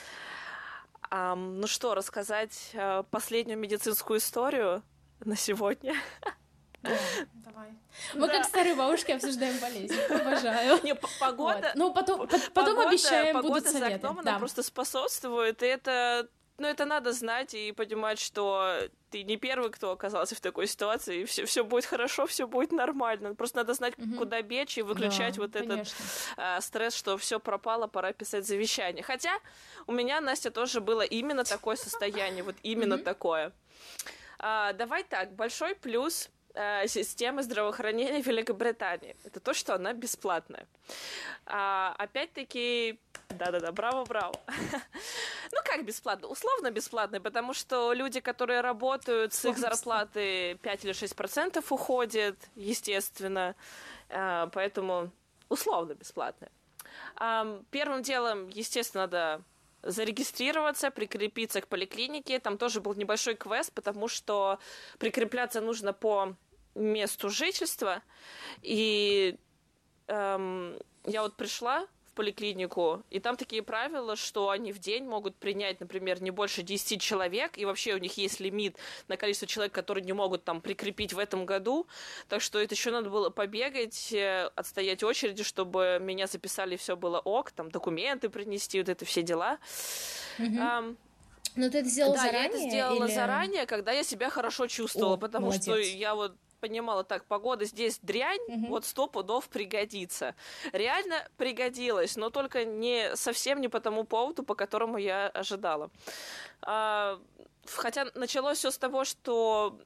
Um, ну что, рассказать uh, последнюю медицинскую историю на сегодня? Да, давай. Мы да. как старые бабушки обсуждаем болезнь. Обожаю. Не, погода... Вот. Ну, потом, потом погода, обещаем, погода будут советы. за окном, да. она просто способствует, и это... Ну, это надо знать и понимать, что ты не первый, кто оказался в такой ситуации, и все, все будет хорошо, все будет нормально. Просто надо знать, угу. куда бечь и выключать да, вот конечно. этот а, стресс, что все пропало, пора писать завещание. Хотя у меня, Настя, тоже было именно такое состояние, вот именно угу. такое. А, давай так, большой плюс системы здравоохранения Великобритании. Это то, что она бесплатная. А, опять-таки, да-да-да, браво-браво. Ну, как бесплатно? Условно бесплатная, потому что люди, которые работают, с их зарплаты пять или шесть процентов уходит, естественно. А, поэтому условно бесплатная. А, первым делом, естественно, надо зарегистрироваться, прикрепиться к поликлинике. Там тоже был небольшой квест, потому что прикрепляться нужно по месту жительства. И эм, я вот пришла в поликлинику, и там такие правила, что они в день могут принять, например, не больше десяти человек, и вообще у них есть лимит на количество человек, которые не могут там прикрепить в этом году. Так что это еще надо было побегать, отстоять очереди, чтобы меня записали, все было ок, там документы принести, вот это все дела. Mm-hmm. Um, Но ты это сделала да, заранее? Да, я это сделала или... заранее, когда я себя хорошо чувствовала, О, потому молодец. что я вот понимала, так, погода здесь дрянь, uh-huh. вот сто пудов пригодится. Реально пригодилась, но только не совсем не по тому поводу, по которому я ожидала. А, хотя началось все с того, что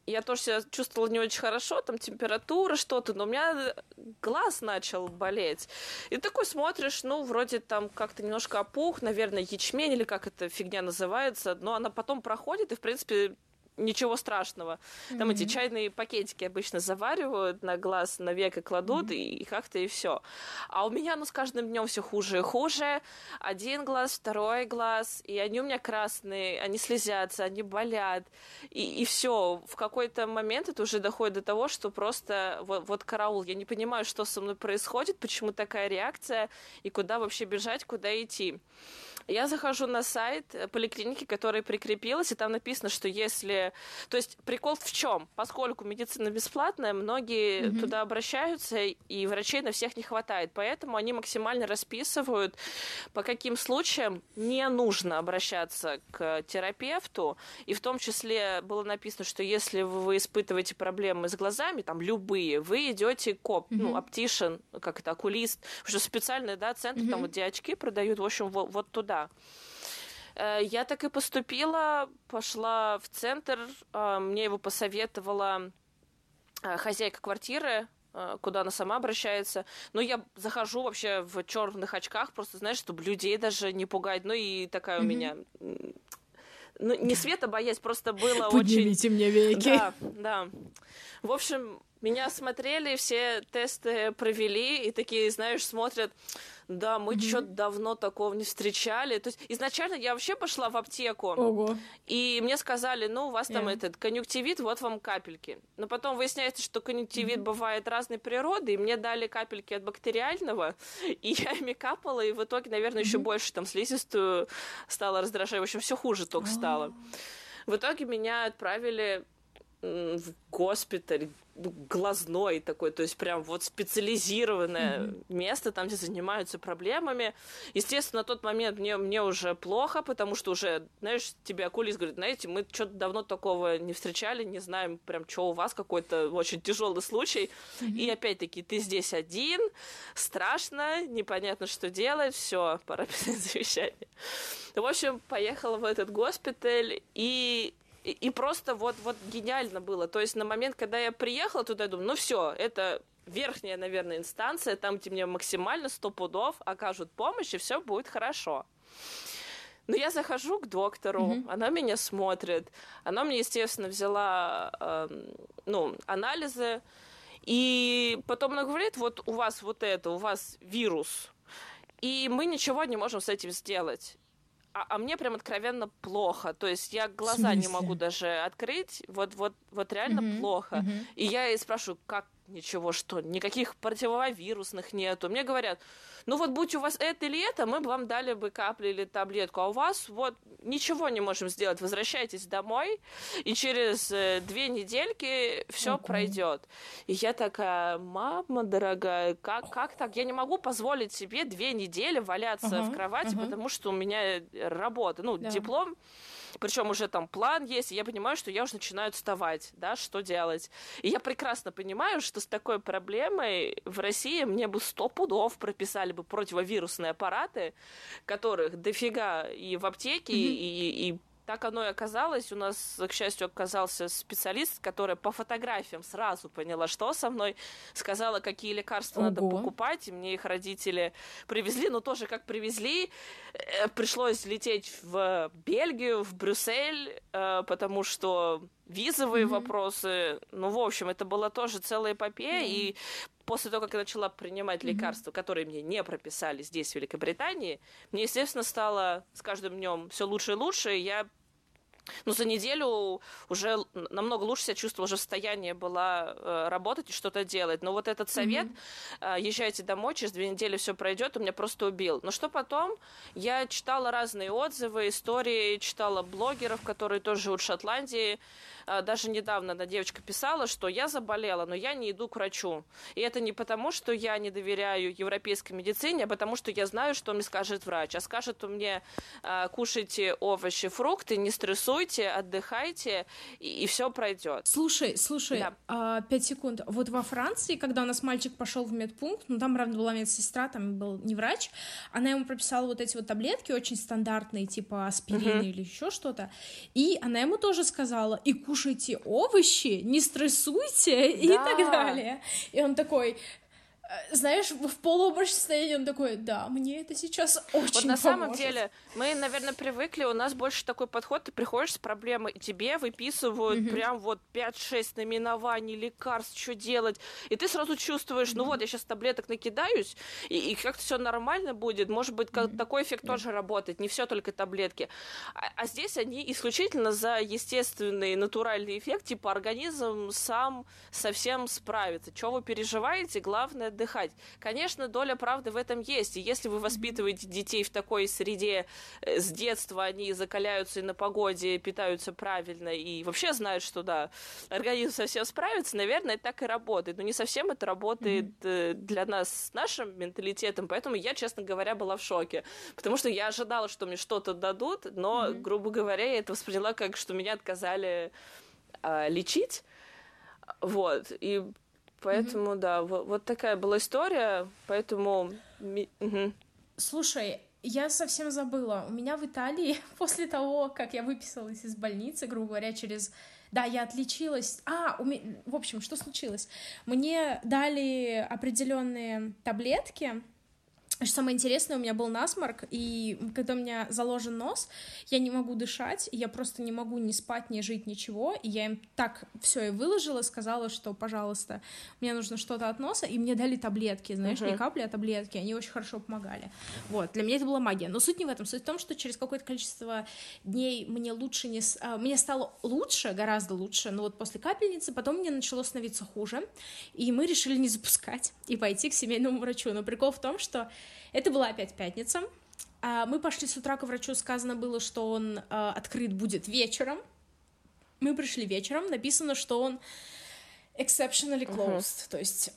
я тоже себя чувствовала не очень хорошо, там температура, что-то, но у меня глаз начал болеть. И такой смотришь, ну, вроде там как-то немножко опух, наверное, ячмень или как эта фигня называется, но она потом проходит, и, в принципе, ничего страшного. Mm-hmm. Там эти чайные пакетики обычно заваривают на глаз, на веко кладут, mm-hmm. и как-то и все. А у меня, ну, с каждым днем все хуже и хуже. Один глаз, второй глаз, и они у меня красные, они слезятся, они болят. И, и все. В какой-то момент это уже доходит до того, что просто вот, вот караул. Я не понимаю, что со мной происходит, почему такая реакция, и куда вообще бежать, куда идти. Я захожу на сайт поликлиники, которая прикрепилась, и там написано, что если... То есть прикол в чем? Поскольку медицина бесплатная, многие mm-hmm. туда обращаются, и врачей на всех не хватает. Поэтому они максимально расписывают, по каким случаям не нужно обращаться к терапевту. И в том числе было написано, что если вы испытываете проблемы с глазами, там любые, вы идете к оп, mm-hmm. ну, оптишен, как это, окулист, уже специальный, да, центр, mm-hmm. там вот где очки продают, в общем, вот, вот туда. Я так и поступила, пошла в центр, мне его посоветовала хозяйка квартиры, куда она сама обращается. Но я захожу вообще в черных очках, просто, знаешь, чтобы людей даже не пугать. Ну и такая mm-hmm. у меня... Ну, не света боясь, просто было очень... Поднимите мне веки. Да, да. В общем, меня осмотрели, все тесты провели, и такие, знаешь, смотрят... Да, мы mm-hmm. что-то давно такого не встречали. То есть изначально я вообще пошла в аптеку, Ого. И мне сказали, ну, у вас там yeah. этот конъюнктивит, вот вам капельки. Но потом выясняется, что конъюнктивит mm-hmm. бывает разной природы, и мне дали капельки от бактериального, и я ими капала, и в итоге, наверное, mm-hmm. еще больше там слизистую стало раздражать. В общем, все хуже только oh. стало. В итоге меня отправили в госпиталь, глазной такой, то есть прям вот специализированное mm-hmm. место, там, где занимаются проблемами. Естественно, на тот момент мне, мне уже плохо, потому что уже, знаешь, тебе окулист говорит, знаете, мы что-то давно такого не встречали, не знаем прям, что у вас, какой-то очень тяжелый случай. Mm-hmm. И опять-таки, ты здесь один, страшно, непонятно, что делать, все, пора писать завещание. В общем, поехала в этот госпиталь, и И, и просто вот, вот гениально было. То есть на момент, когда я приехала туда, я думаю, ну все, это верхняя, наверное, инстанция, там, где мне максимально сто пудов окажут помощь, и все будет хорошо. Но я захожу к доктору, mm-hmm. она меня смотрит, она мне, естественно, взяла э, ну, анализы, и потом она говорит, вот у вас вот это, у вас вирус, и мы ничего не можем с этим сделать. А, а мне прям откровенно плохо. То есть я глаза не могу даже открыть. Вот, вот, вот реально mm-hmm. плохо. Mm-hmm. И я ей спрашиваю, как ничего, что? Никаких противовирусных нету. Мне говорят, ну вот будь у вас это или это, мы бы вам дали бы капли или таблетку. А у вас вот ничего не можем сделать. Возвращайтесь домой, и через э, две недельки все okay. пройдет. И я такая, мама дорогая, как, как так? Я не могу позволить себе две недели валяться uh-huh. в кровати, uh-huh. потому что у меня работа, ну, yeah. диплом. Причем уже там план есть, и я понимаю, что я уже начинаю отставать, да, что делать. И я прекрасно понимаю, что с такой проблемой в России мне бы сто пудов прописали бы противовирусные аппараты, которых дофига и в аптеке, mm-hmm. и, и так оно и оказалось. У нас, к счастью, оказался специалист, который по фотографиям сразу поняла, что со мной, сказала, какие лекарства Ого. Надо покупать, и мне их родители привезли, но тоже как привезли, пришлось лететь в Бельгию, в Брюссель, потому что визовые mm-hmm. вопросы, ну, в общем, это была тоже целая эпопея, mm-hmm. и после того, как я начала принимать mm-hmm. лекарства, которые мне не прописали здесь, в Великобритании, мне, естественно, стало с каждым днем все лучше и лучше, и я Ну, за неделю уже намного лучше себя чувствовала, уже в состоянии была э, работать и что-то делать. Но вот этот совет, mm-hmm. э, езжайте домой, через две недели все пройдет, у меня просто убил. Но что потом? Я читала разные отзывы, истории, читала блогеров, которые тоже живут в Шотландии. Э, даже недавно одна девочка писала, что я заболела, но я не иду к врачу. И это не потому, что я не доверяю европейской медицине, а потому, что я знаю, что мне скажет врач. А скажет он мне, э, кушайте овощи, фрукты, не стрессуйте, стрессуйте, отдыхайте, и, и все пройдет. Слушай, слушай, да. а, пять секунд. Вот во Франции, когда у нас мальчик пошел в медпункт, ну там, правда, была медсестра, там был не врач, она ему прописала вот эти вот таблетки очень стандартные, типа аспирин uh-huh. или еще что-то, и она ему тоже сказала: и кушайте овощи, не стрессуйте, да. и так далее. И он такой... Знаешь, в полуобморочном состоянии он такой: да, мне это сейчас очень Вот на поможет. самом деле мы, наверное, привыкли, у нас больше такой подход, ты приходишь с проблемой, и тебе выписывают mm-hmm. прям вот пять-шесть наименований, лекарств, что делать, и ты сразу чувствуешь, mm-hmm. ну вот, я сейчас таблеток накидаюсь, и, и как-то все нормально будет, может быть, как, mm-hmm. такой эффект yeah. тоже работает, не все только таблетки. А, а здесь они исключительно за естественный, натуральный эффект, типа организм сам совсем справится. Чего вы переживаете, главное отдыхать. Конечно, доля правды в этом есть. И если вы воспитываете детей в такой среде с детства, они закаляются и на погоде, питаются правильно и вообще знают, что да, организм совсем справится, наверное, это так и работает. Но не совсем это работает mm-hmm. для нас с нашим менталитетом, поэтому я, честно говоря, была в шоке. Потому что я ожидала, что мне что-то дадут, но, mm-hmm. грубо говоря, я это восприняла как, что меня отказали а, лечить. Вот. И Поэтому, mm-hmm. да, вот, вот такая была история, поэтому... Угу. Слушай, я совсем забыла. У меня в Италии после того, как я выписалась из больницы, грубо говоря, через... Да, я отличилась... А, у меня... в общем, что случилось? Мне дали определенные таблетки. Что самое интересное, у меня был насморк, и когда у меня заложен нос, я не могу дышать, я просто не могу ни спать, ни жить, ничего, и я им так все и выложила, сказала, что, пожалуйста, мне нужно что-то от носа, и мне дали таблетки, знаешь, uh-huh. не капли, а таблетки, они очень хорошо помогали. Вот, для меня это была магия, но суть не в этом, суть в том, что через какое-то количество дней мне лучше не... Мне стало лучше, гораздо лучше, но вот после капельницы потом мне начало становиться хуже, и мы решили не запускать и пойти к семейному врачу, но прикол в том, что это была опять пятница. Мы пошли с утра к врачу, сказано было, что он открыт будет вечером. Мы пришли вечером, написано, что он exceptionally closed, uh-huh. то есть,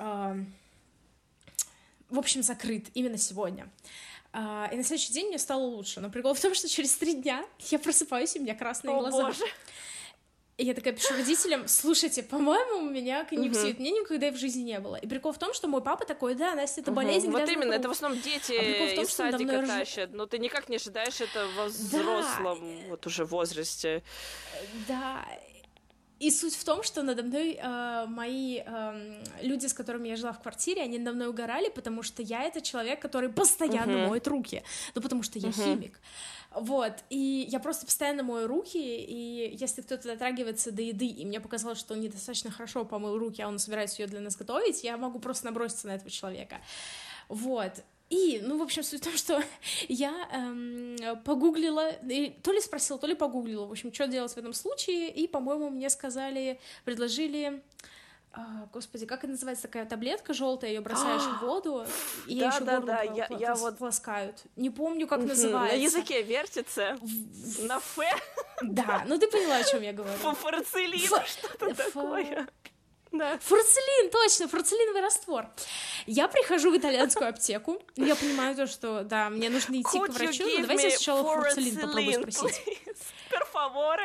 в общем, закрыт именно сегодня. И на следующий день мне стало лучше, но прикол в том, что через три дня я просыпаюсь, и у меня красные О, глаза. Боже. И я такая пишу родителям: слушайте, по-моему, у меня конъюнктивит, uh-huh. мне никогда в жизни не было. И прикол в том, что мой папа такой: да, Настя, это болезнь, uh-huh. Вот именно, кровь. Это в основном дети а том, из садика рж... тащат, но ты никак не ожидаешь это во взрослом да. вот уже возрасте. Да. И суть в том, что надо мной э, мои э, люди, с которыми я жила в квартире, они надо мной угорали, потому что я это человек, который постоянно uh-huh. моет руки, ну потому что я uh-huh. химик. Вот, и я просто постоянно мою руки, и если кто-то дотрагивается до еды, и мне показалось, что он недостаточно хорошо помыл руки, а он собирается ее для нас готовить, я могу просто наброситься на этого человека. Вот. И, ну, в общем, суть в том, что я эм, погуглила, и, то ли спросила, то ли погуглила, в общем, что делать в этом случае, и, по-моему, мне сказали, предложили... А, господи, как это называется, такая таблетка желтая, ее бросаешь в воду, и да, еще да, горло да, пл- я, пл- я пл- вот... полоскают. Не помню, как называется. На языке вертится. На фе. Да, ну ты поняла, о чем я говорю. Фурцелин, что-то такое. Да. Фурцелин, точно, фурцелиновый раствор. Я прихожу в итальянскую аптеку, я понимаю то, что, да, мне нужно идти Could к врачу, но давайте я сначала фурцелин попробую спросить. Перфаворе.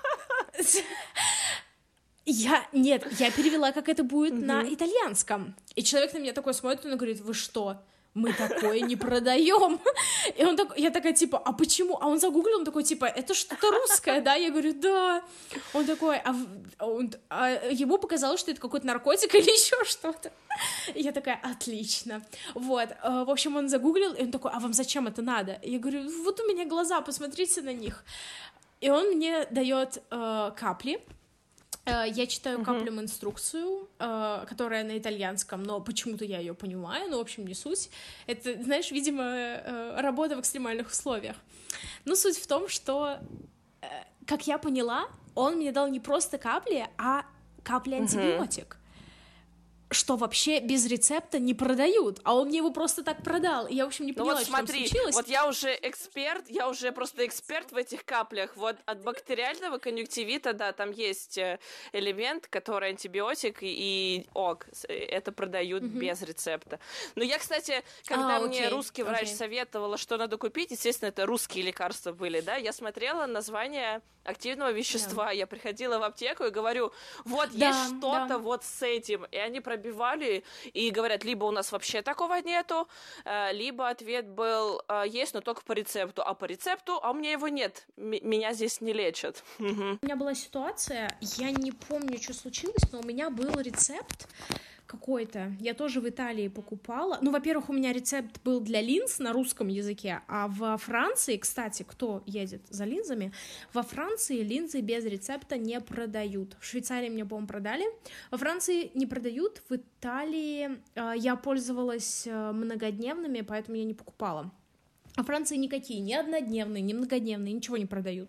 Я, нет, я перевела, как это будет mm-hmm. на итальянском. И человек на меня такой смотрит, он говорит: вы что, мы такое не продаем. И он такой, я такая, типа, а почему? А он загуглил, он такой, типа, это что-то русское, да? Я говорю: да. Он такой, а, он, а ему показалось, что это какой-то наркотик или еще что-то. И я такая: отлично. Вот, в общем, он загуглил, и он такой: а вам зачем это надо? И я говорю: вот у меня глаза, посмотрите на них. И он мне дает э, капли. Я читаю uh-huh. каплям инструкцию, которая на итальянском, но почему-то я ее понимаю, но, в общем, не суть. Это, знаешь, видимо, работа в экстремальных условиях. Но суть в том, что, как я поняла, он мне дал не просто капли, а капли-антибиотик. что вообще без рецепта не продают, а он мне его просто так продал, и я, в общем, не поняла, ну вот что смотри, там случилось. Вот я уже эксперт, я уже просто эксперт в этих каплях, вот от бактериального конъюнктивита, да, там есть элемент, который антибиотик, и ок, это продают mm-hmm. без рецепта. Но я, кстати, когда а, мне окей, русский врач окей. советовала, что надо купить, естественно, это русские лекарства были, да, я смотрела название активного вещества, yeah. я приходила в аптеку и говорю, вот да, есть что-то да. вот с этим, и они пробивали и говорят, либо у нас вообще такого нету, либо ответ был, есть, но только по рецепту, а по рецепту, а у меня его нет, М- меня здесь не лечат. У меня была ситуация, я не помню, что случилось, но у меня был рецепт какой-то, я тоже в Италии покупала. Ну, во-первых, у меня рецепт был для линз на русском языке, а во Франции, кстати, кто едет за линзами, во Франции линзы без рецепта не продают. В Швейцарии мне, по-моему, продали, во Франции не продают, в Италии э, я пользовалась многодневными, поэтому я не покупала. А в Франции никакие, ни однодневные, ни многодневные, ничего не продают.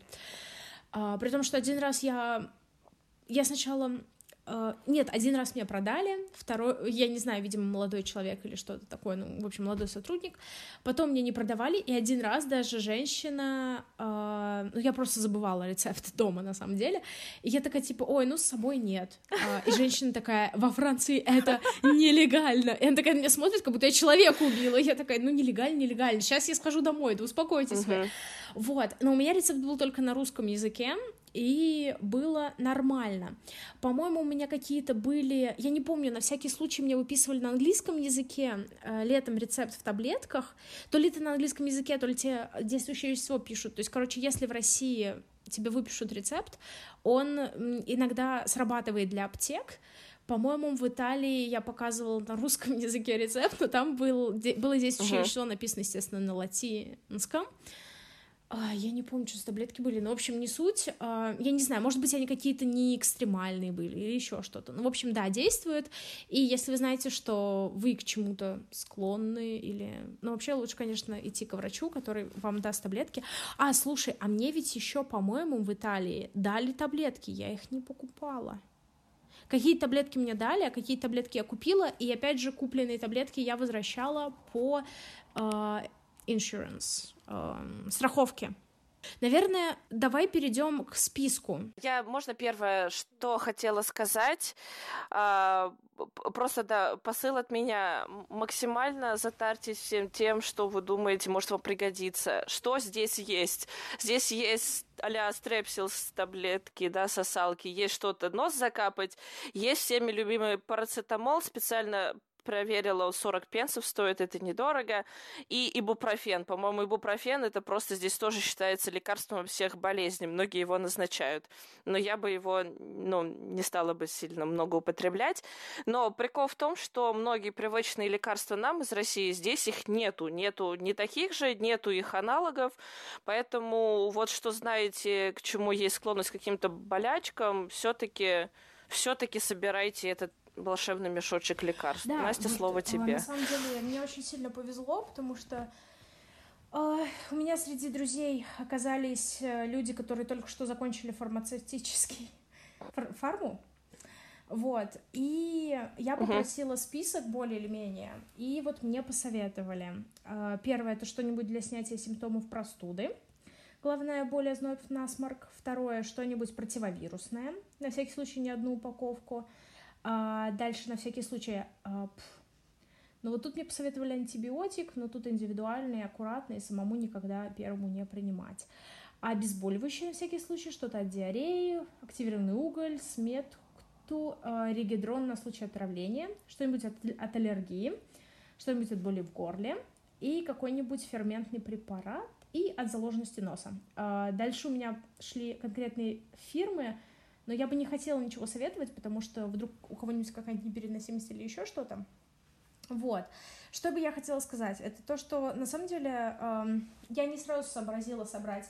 А, при том, что один раз я... Я сначала... Uh, нет, один раз мне продали, второй, я не знаю, видимо, молодой человек или что-то такое, ну, в общем, молодой сотрудник, потом мне не продавали, и один раз даже женщина, uh, ну, я просто забывала рецепт дома, на самом деле, и я такая, типа, ой, ну, с собой нет, uh, и женщина такая, во Франции это нелегально, и она такая на меня смотрит, как будто я человека убила, и я такая, ну, нелегально, нелегально, сейчас я схожу домой, да успокойтесь вы, вот, но у меня рецепт был только на русском языке, и было нормально. По-моему, у меня какие-то были... Я не помню, на всякий случай мне выписывали на английском языке э, летом рецепт в таблетках. То ли это на английском языке, то ли тебе действующее вещество пишут. То есть, короче, если в России тебе выпишут рецепт, он иногда срабатывает для аптек. По-моему, в Италии я показывала на русском языке рецепт, но там был, было действующее uh-huh. вещество, написано, естественно, на латинском. Я не помню, что за таблетки были, но, в общем, не суть. Я не знаю, может быть, они какие-то не экстремальные были или еще что-то. Ну, в общем, да, действует. И если вы знаете, что вы к чему-то склонны или... Ну, вообще лучше, конечно, идти к врачу, который вам даст таблетки. А, слушай, а мне ведь еще, по-моему, в Италии дали таблетки, я их не покупала. Какие таблетки мне дали, а какие таблетки я купила, и, опять же, купленные таблетки я возвращала по... insurance, э, страховки. Наверное, давай перейдем к списку. Я, можно первое, что хотела сказать, а, просто, да, посыл от меня, максимально затарьтесь всем тем, что вы думаете, может вам пригодится. Что здесь есть? Здесь есть а-ля стрепсилс таблетки, да, сосалки, есть что-то нос закапать, есть всеми любимый парацетамол, специально проверила, сорок пенсов стоит, это недорого. И ибупрофен. По-моему, ибупрофен это просто здесь тоже считается лекарством от всех болезней. Многие его назначают. Но я бы его, ну, не стала бы сильно много употреблять. Но прикол в том, что многие привычные лекарства нам из России, здесь их нету. Нету ни таких же, нету их аналогов. Поэтому вот что знаете, к чему есть склонность к каким-то болячкам, все-таки все-таки собирайте этот волшебный мешочек лекарств. Да, Настя, вот, слово тебе. На самом деле, мне очень сильно повезло, потому что э, у меня среди друзей оказались люди, которые только что закончили фармацевтический фар- фарму. Вот. И я попросила uh-huh. список более или менее, и вот мне посоветовали. Э, первое — это что-нибудь для снятия симптомов простуды. Головная боль, озноб, насморк. Второе — что-нибудь противовирусное. На всякий случай не одну упаковку. А дальше на всякий случай, а, ну вот тут мне посоветовали антибиотик, но тут индивидуальный, аккуратный, самому никогда первому не принимать. А обезболивающее на всякий случай, что-то от диареи, активированный уголь, сметкту, а, регидрон на случай отравления, что-нибудь от, от аллергии, что-нибудь от боли в горле и какой-нибудь ферментный препарат и от заложенности носа. А дальше у меня шли конкретные фирмы, но я бы не хотела ничего советовать, потому что вдруг у кого-нибудь какая-нибудь непереносимость или еще что-то. Вот. Что бы я хотела сказать? Это то, что на самом деле э, я не сразу сообразила собрать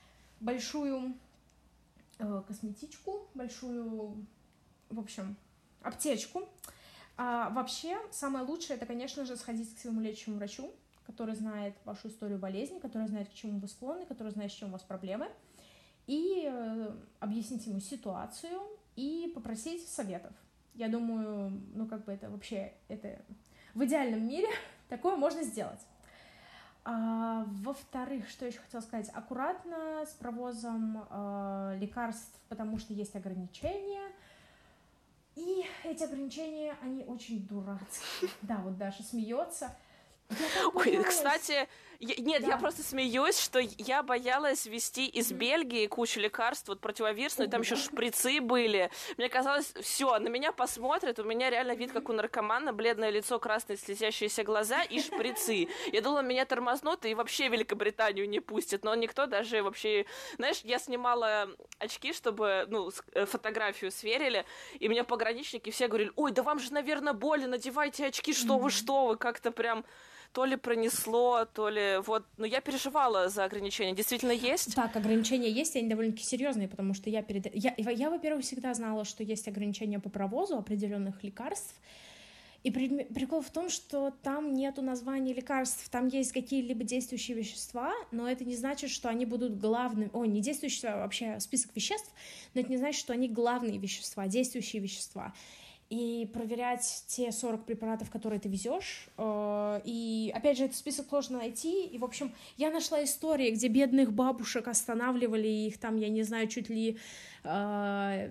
большую э, косметичку, большую, в общем, аптечку. А вообще, самое лучшее — это, конечно же, сходить к своему лечащему врачу, который знает вашу историю болезни, который знает, к чему вы склонны, который знает, с чем у вас проблемы, и э, объяснить ему ситуацию и попросить советов. Я думаю, ну, как бы это вообще, это в идеальном мире такое можно сделать. А, во-вторых, что еще хотела сказать, аккуратно с провозом э, лекарств, потому что есть ограничения, и эти ограничения, они очень дурацкие. Да, вот Даша смеется. Ой, кстати, я, нет, да. я просто смеюсь, что я боялась везти из mm-hmm. Бельгии кучу лекарств вот, противовирусные, mm-hmm. там еще шприцы были. Мне казалось, все, на меня посмотрят, у меня реально вид, как у наркомана, бледное лицо, красные слезящиеся глаза и шприцы. Я думала, меня тормознут и вообще Великобританию не пустят, но никто даже вообще... Знаешь, я снимала очки, чтобы, ну, фотографию сверили, и мне пограничники все говорили, ой, да вам же, наверное, больно, надевайте очки, что mm-hmm. вы, что вы, как-то прям... То ли пронесло, то ли... Вот, но я переживала за ограничения. Действительно есть? Так, ограничения есть, и они довольно-таки серьезные, потому что я, перед... я, я, во-первых, всегда знала, что есть ограничения по провозу определенных лекарств. И при... прикол в том, что там нету названий лекарств, там есть какие-либо действующие вещества, но это не значит, что они будут главными... О, не действующие, а вообще список веществ, но это не значит, что они главные вещества, действующие вещества. И проверять те сорок препаратов, которые ты везешь. И, опять же, этот список сложно найти. И, в общем, я нашла истории, где бедных бабушек останавливали, их там, я не знаю, чуть ли э,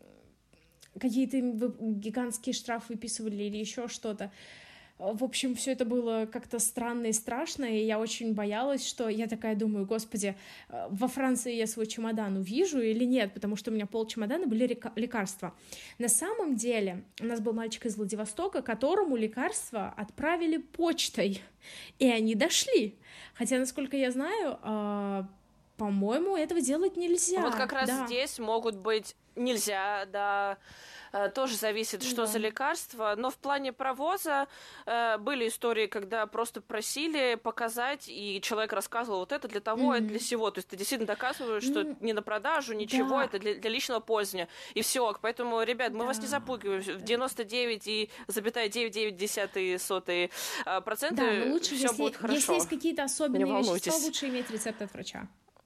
какие-то гигантские штрафы выписывали или еще что-то. В общем, все это было как-то странно и страшно, и я очень боялась, что я такая думаю, господи, во Франции я свой чемодан увижу или нет, потому что у меня пол чемодана были река- лекарства. На самом деле у нас был мальчик из Владивостока, которому лекарства отправили почтой, и они дошли. Хотя, насколько я знаю, э, по-моему, этого делать нельзя. Вот как раз да. здесь могут быть нельзя, да... Тоже зависит, что да. за лекарство. Но в плане провоза э, были истории, когда просто просили показать, и человек рассказывал, вот это для того, mm-hmm. это для сего. То есть ты действительно доказываешь, что mm-hmm. не на продажу, ничего, да. это для, для личного пользования. И все. Поэтому, ребят, мы да. вас не запугиваем. В девяносто девять и девять девять десятых сотых процента да, но лучше, все если, будет хорошо. Если есть какие-то особенные вещества, лучше иметь рецепт от врача.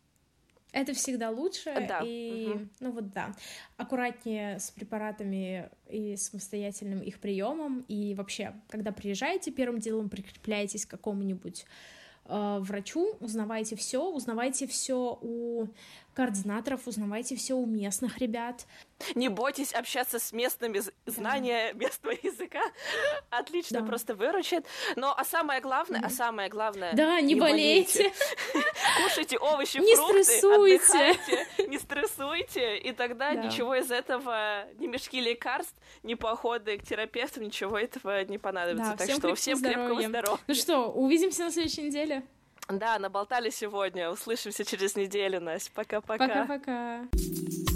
Это всегда лучше, да. и, угу. ну вот да, аккуратнее с препаратами и самостоятельным их приемом, и вообще, когда приезжаете, первым делом прикрепляетесь к какому-нибудь э, врачу, узнавайте все, узнавайте все у координаторов, узнавайте все у местных ребят. Не бойтесь общаться с местными, знания да. местного языка отлично да. просто выручит. Но а самое главное, да. а самое главное, да, не, не болейте, кушайте овощи, не фрукты, стрессуйте. Отдыхайте, не стрессуйте, и тогда да. ничего из этого, ни мешки лекарств, ни походы к терапевту, ничего этого не понадобится. Да, так всем что всем крепкого здоровья. Ну что, увидимся на следующей неделе. Да, наболтали сегодня. Услышимся через неделю, Настя. Пока-пока. Пока-пока.